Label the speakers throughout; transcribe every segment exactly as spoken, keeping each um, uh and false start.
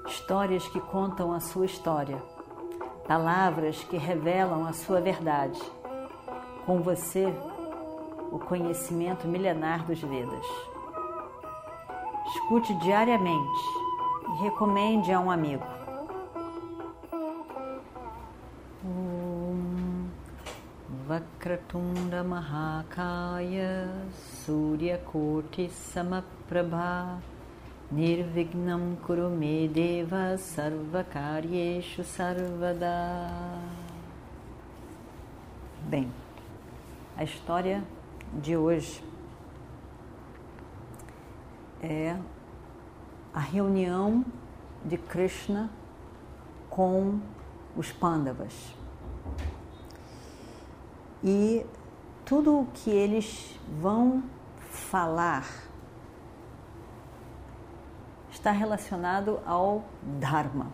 Speaker 1: histórias que contam a sua história, palavras que revelam a sua verdade. Com você, o conhecimento milenar dos Vedas. Escute diariamente e recomende a um amigo. Om Vakratunda Mahakaya Suryakoti Samaprabha Nirvignam Kurume Deva Sarvakaryeshu Sarvada. Bem, a história de hoje é a reunião de Krishna com os Pandavas. E tudo o que eles vão falar está relacionado ao Dharma.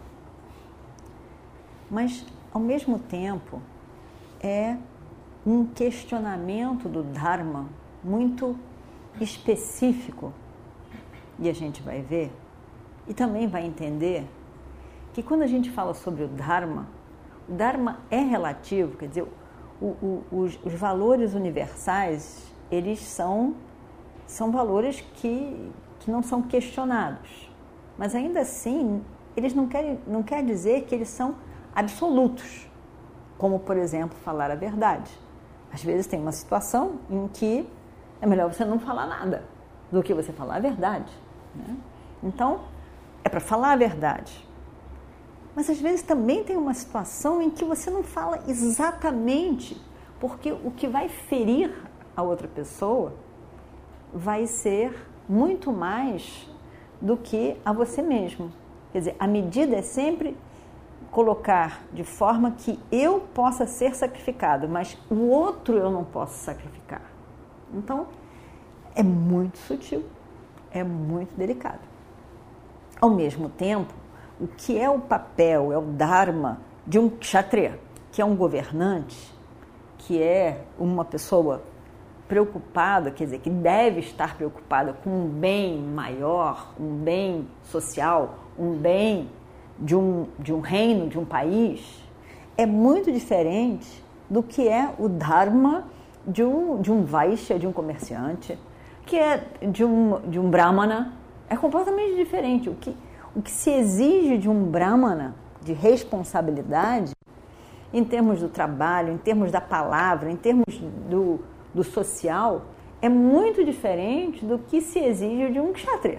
Speaker 1: Mas, ao mesmo tempo, é um questionamento do Dharma muito específico. E a gente vai ver e também vai entender que quando a gente fala sobre o Dharma, o Dharma é relativo, quer dizer, o, o, os, os valores universais, eles são, são valores que, que não são questionados. Mas ainda assim, eles não querem, não quer dizer que eles são absolutos, como, por exemplo, falar a verdade. Às vezes tem uma situação em que é melhor você não falar nada do que você falar a verdade, né? Então, é para falar a verdade. Mas às vezes também tem uma situação em que você não fala exatamente, porque o que vai ferir a outra pessoa vai ser muito mais do que a você mesmo. Quer dizer, a medida é sempre colocar de forma que eu possa ser sacrificado, mas o outro eu não posso sacrificar. Então, é muito sutil, é muito delicado. Ao mesmo tempo, o que é o papel, é o dharma de um kshatriya, que é um governante, que é uma pessoa preocupada, quer dizer, que deve estar preocupada com um bem maior, um bem social, um bem de um, de um reino, de um país, é muito diferente do que é o dharma de um, de um vaishya, de um comerciante, que é de um, de um brahmana. É completamente diferente. O que, o que se exige de um brahmana, de responsabilidade, em termos do trabalho, em termos da palavra, em termos do, do social, é muito diferente do que se exige de um kshatriya.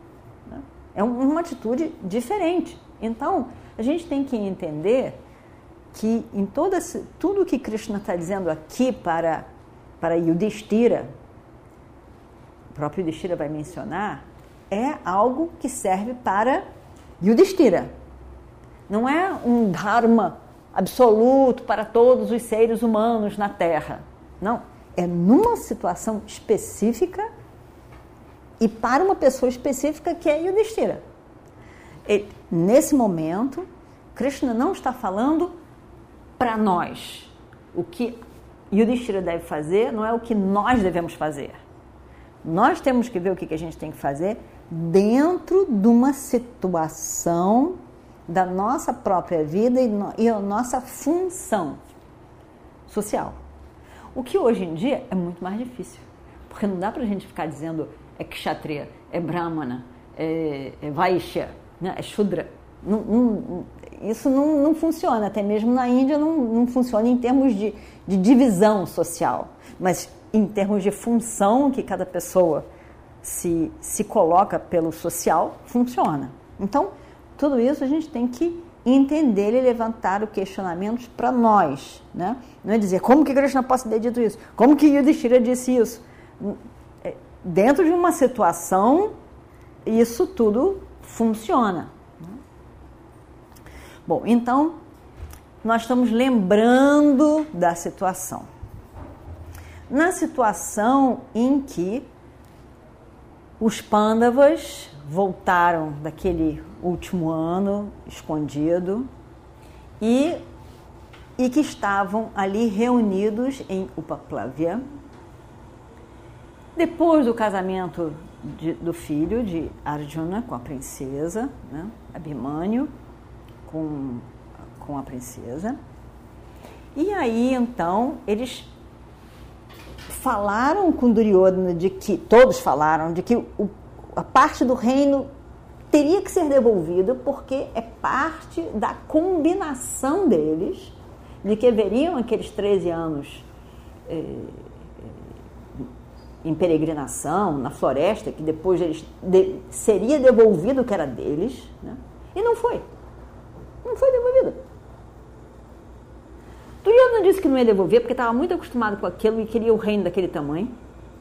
Speaker 1: É uma atitude diferente. Então, a gente tem que entender que em toda, tudo que Krishna está dizendo aqui para, para Yudhishthira, o próprio Yudhishthira vai mencionar, é algo que serve para Yudhishthira. Não é um dharma absoluto para todos os seres humanos na Terra. Não, é numa situação específica e para uma pessoa específica que é Yudhishthira. Ele, nesse momento, Krishna não está falando para nós. O que Yudhishthira deve fazer não é o que nós devemos fazer. Nós temos que ver o que a gente tem que fazer dentro de uma situação da nossa própria vida e, no, e a nossa função social. O que hoje em dia é muito mais difícil, porque não dá para a gente ficar dizendo é kshatriya, é brahmana, é, é vaishya, né, é shudra. Não, não, isso não, não funciona, até mesmo na Índia não, não funciona em termos de, de divisão social, mas em termos de função que cada pessoa se, se coloca pelo social, funciona. Então, tudo isso a gente tem que entender e levantar o questionamento para nós, né? Não é dizer, como que Krishna pode ter dito isso? Como que Yudhishthira disse isso? Dentro de uma situação, isso tudo funciona. Bom, então, nós estamos lembrando da situação. Na situação em que os Pandavas voltaram daquele último ano escondido e, e que estavam ali reunidos em Upaplavya. Depois do casamento de, do filho de Arjuna com a princesa, né? Abhimanyu com, com a princesa. E aí, então, eles falaram com Duryodhana de que, todos falaram, de que o, a parte do reino teria que ser devolvido porque é parte da combinação deles, de que veriam aqueles treze anos eh, em peregrinação, na floresta, que depois eles de, seria devolvido o que era deles, né? E não foi. Não foi devolvido. Duryodhana disse que não ia devolver porque estava muito acostumado com aquilo e queria o reino daquele tamanho.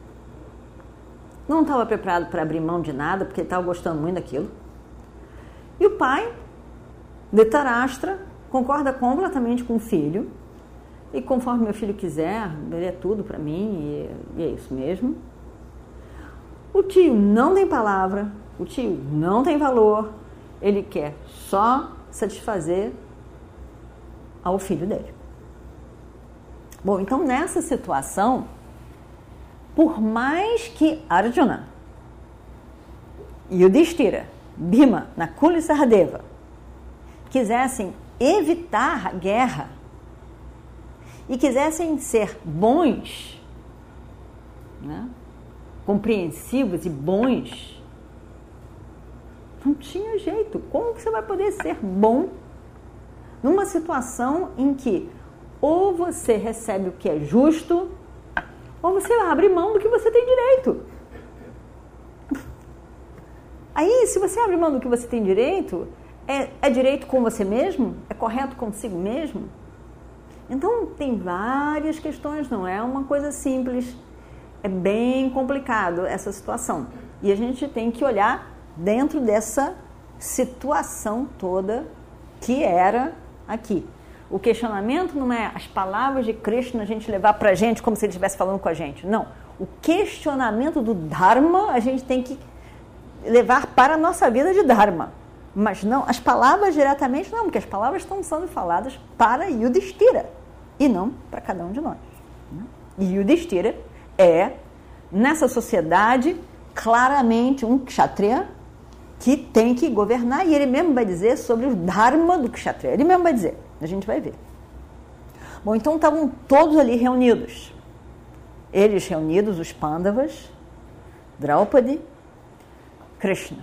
Speaker 1: Não estava preparado para abrir mão de nada porque ele estava gostando muito daquilo. E o pai, Dhritarashtra, concorda completamente com o filho. E conforme meu filho quiser, ele é tudo para mim e, e é isso mesmo. O tio não tem palavra, o tio não tem valor, ele quer só satisfazer ao filho dele. Bom, então nessa situação, por mais que Arjuna, Yudhishthira, Bhima, Nakula e Sahadeva quisessem evitar a guerra e quisessem ser bons, né, compreensivos e bons, não tinha jeito. Como que você vai poder ser bom numa situação em que ou você recebe o que é justo ou você abre mão do que você tem direito? Aí, se você abre mão do que você tem direito, é, é direito com você mesmo? É correto consigo mesmo? Então, tem várias questões, não é uma coisa simples. É bem complicado essa situação. E a gente tem que olhar dentro dessa situação toda que era aqui. O questionamento não é as palavras de Krishna a gente levar para a gente como se ele estivesse falando com a gente. Não. O questionamento do Dharma a gente tem que levar para a nossa vida de Dharma. Mas não, as palavras diretamente não, porque as palavras estão sendo faladas para Yudhishthira e não para cada um de nós. E Yudhishthira é, nessa sociedade, claramente um kshatriya que tem que governar, e ele mesmo vai dizer sobre o Dharma do kshatriya. Ele mesmo vai dizer, a gente vai ver. Bom, então estavam todos ali reunidos. Eles reunidos, os Pandavas, Draupadi, Krishna.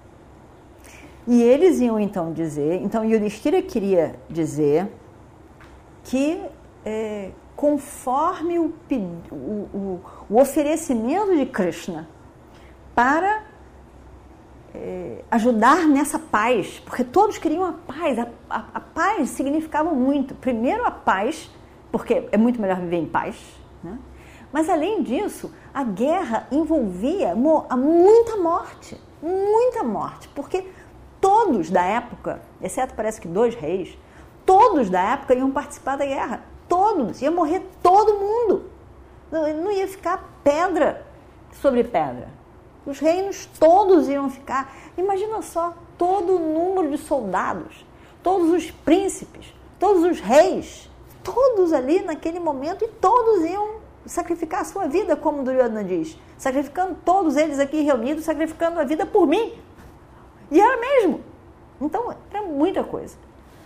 Speaker 1: E eles iam então dizer, então Yudhishthira queria dizer que é, conforme o, o, o, o oferecimento de Krishna para é, ajudar nessa paz, porque todos queriam a paz, a, a, a paz significava muito. Primeiro a paz, porque é muito melhor viver em paz, né? Mas além disso, a guerra envolvia muita morte, muita morte, porque todos da época, exceto parece que dois reis, todos da época iam participar da guerra. Todos. Ia morrer todo mundo. Não, não ia ficar pedra sobre pedra. Os reinos todos iam ficar. Imagina só, todo o número de soldados, todos os príncipes, todos os reis, todos ali naquele momento, e todos iam sacrificar a sua vida, como Duryodhana diz. Sacrificando todos eles aqui reunidos, sacrificando a vida por mim. E era mesmo. Então, era muita coisa.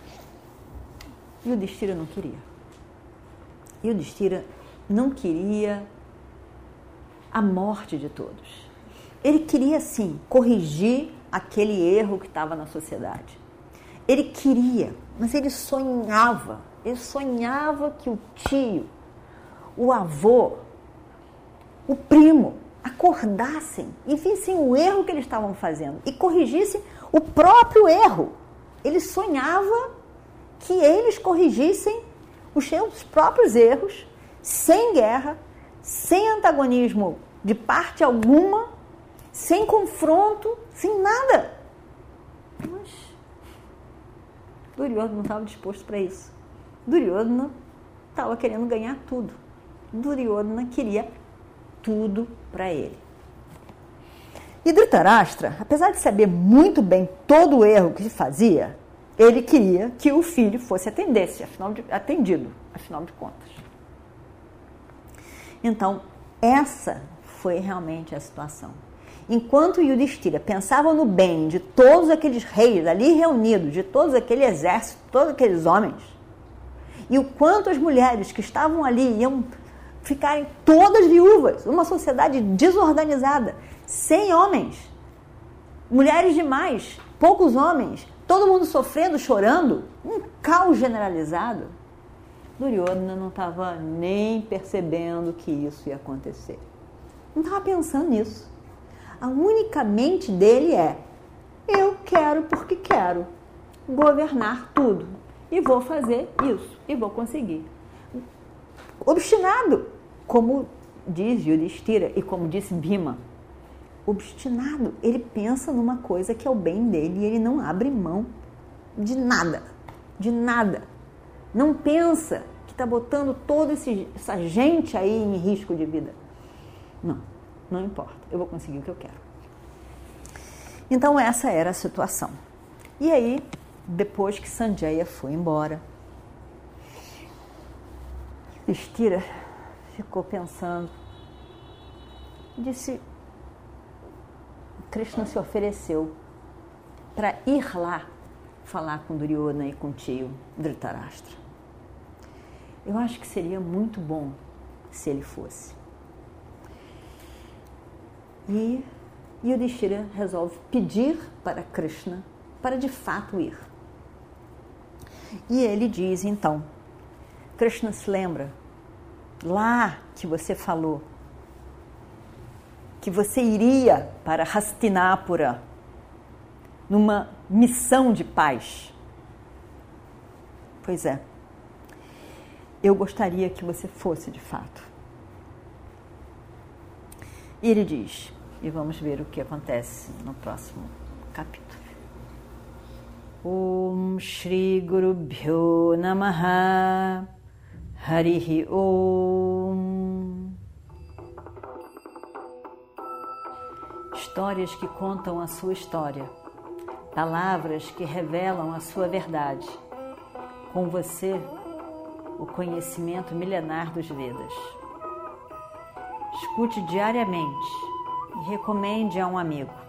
Speaker 1: E o Yudhishthira não queria. E o Yudhishthira não queria a morte de todos. Ele queria, sim, corrigir aquele erro que estava na sociedade. Ele queria, mas ele sonhava. Ele sonhava que o tio, o avô, o primo, acordassem e vissem o erro que eles estavam fazendo e corrigissem o próprio erro. Ele sonhava que eles corrigissem os seus próprios erros, sem guerra, sem antagonismo de parte alguma, sem confronto, sem nada. Mas Duryodhana não estava disposto para isso. Duryodhana estava querendo ganhar tudo. Duryodhana queria tudo para ele. E Dhritarashtra, apesar de saber muito bem todo o erro que se fazia, ele queria que o filho fosse atendesse, afinal de, atendido, afinal de contas. Então, essa foi realmente a situação. Enquanto Yudhishthira pensava no bem de todos aqueles reis ali reunidos, de todo aquele exército, todos aqueles homens, e o quanto as mulheres que estavam ali iam ficarem todas viúvas, uma sociedade desorganizada, sem homens, mulheres demais, poucos homens, todo mundo sofrendo, chorando, um caos generalizado. Duryodhana não estava nem percebendo que isso ia acontecer. Não estava pensando nisso. A única mente dele é: eu quero porque quero governar tudo. E vou fazer isso. E vou conseguir. Obstinado, como diz Yudhishthira e como disse Bhima. Obstinado, ele pensa numa coisa que é o bem dele e ele não abre mão de nada. De nada. Não pensa que está botando toda esse, essa gente aí em risco de vida. Não, não importa. Eu vou conseguir o que eu quero. Então essa era a situação. E aí, depois que Sanjaya foi embora, Yudhishthira ficou pensando, disse, Krishna se ofereceu para ir lá falar com Duryodhana e com o tio Dhritarashtra. Eu acho que seria muito bom se ele fosse. E Yudhishthira resolve pedir para Krishna para de fato ir. E ele diz então, Krishna, se lembra lá que você falou que você iria para Hastinapura numa missão de paz? Pois é, eu gostaria que você fosse de fato. E ele diz, e vamos ver o que acontece no próximo capítulo. Om Shri Guru Bhyo Namaha Harihi Om. Histórias que contam a sua história, palavras que revelam a sua verdade. Com você, o conhecimento milenar dos Vedas. Escute diariamente e recomende a um amigo.